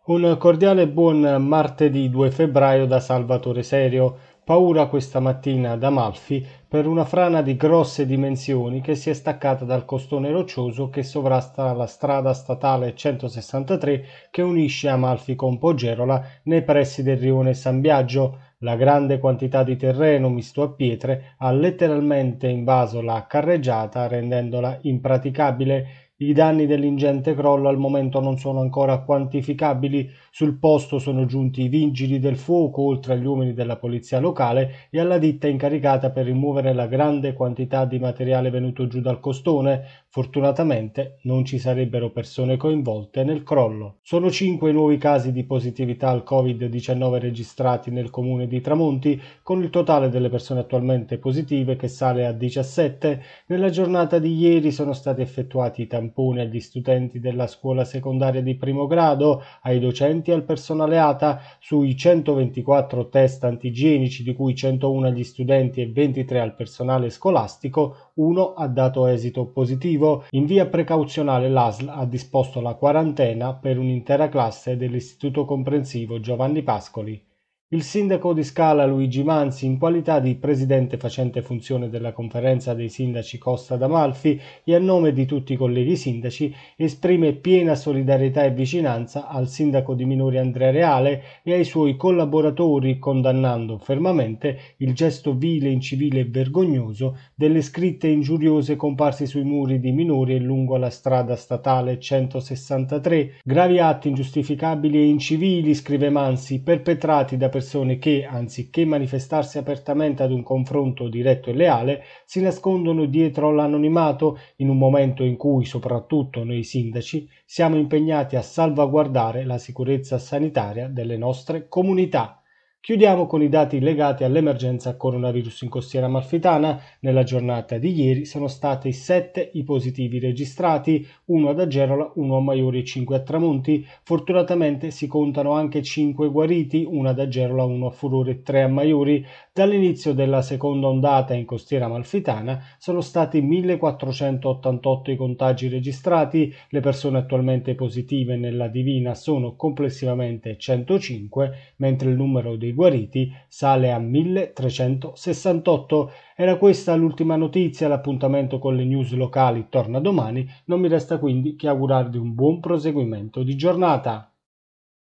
Un cordiale buon martedì 2 febbraio da Salvatore Serio. Paura questa mattina ad Amalfi per una frana di grosse dimensioni che si è staccata dal costone roccioso che sovrasta la strada statale 163 che unisce Amalfi con Pogerola nei pressi del rione San Biagio. La grande quantità di terreno misto a pietre ha letteralmente invaso la carreggiata rendendola impraticabile. I danni dell'ingente crollo al momento non sono ancora quantificabili. Sul posto sono giunti i vigili del fuoco, oltre agli uomini della polizia locale e alla ditta incaricata per rimuovere la grande quantità di materiale venuto giù dal costone. Fortunatamente non ci sarebbero persone coinvolte nel crollo. Sono 5 i nuovi casi di positività al Covid-19 registrati nel comune di Tramonti, con il totale delle persone attualmente positive che sale a 17. Nella giornata di ieri sono stati effettuati i tamponi agli studenti della scuola secondaria di primo grado, ai docenti e al personale ATA. Sui 124 test antigenici, di cui 101 agli studenti e 23 al personale scolastico, uno ha dato esito positivo. In via precauzionale l'ASL ha disposto la quarantena per un'intera classe dell'Istituto Comprensivo Giovanni Pascoli. Il sindaco di Scala Luigi Manzi, in qualità di presidente facente funzione della conferenza dei sindaci Costa d'Amalfi e a nome di tutti i colleghi sindaci, esprime piena solidarietà e vicinanza al sindaco di Minori Andrea Reale e ai suoi collaboratori, condannando fermamente il gesto vile, incivile e vergognoso delle scritte ingiuriose comparse sui muri di Minori e lungo la strada statale 163, gravi atti ingiustificabili e incivili, scrive Manzi, perpetrati da persone che, anziché manifestarsi apertamente ad un confronto diretto e leale, si nascondono dietro l'anonimato in un momento in cui, soprattutto noi sindaci, siamo impegnati a salvaguardare la sicurezza sanitaria delle nostre comunità. Chiudiamo con i dati legati all'emergenza coronavirus in Costiera Amalfitana. Nella giornata di ieri sono stati 7 i positivi registrati, 1 ad Agerola, 1 a Maiori e 5 a Tramonti. Fortunatamente si contano anche 5 guariti, 1 ad Agerola, 1 a Furore e 3 a Maiori. Dall'inizio della seconda ondata in Costiera Amalfitana sono stati 1488 i contagi registrati, le persone attualmente positive nella Divina sono complessivamente 105, mentre il numero dei guariti sale a 1368. Era questa l'ultima notizia, l'appuntamento con le news locali torna domani, non mi resta quindi che augurarvi un buon proseguimento di giornata.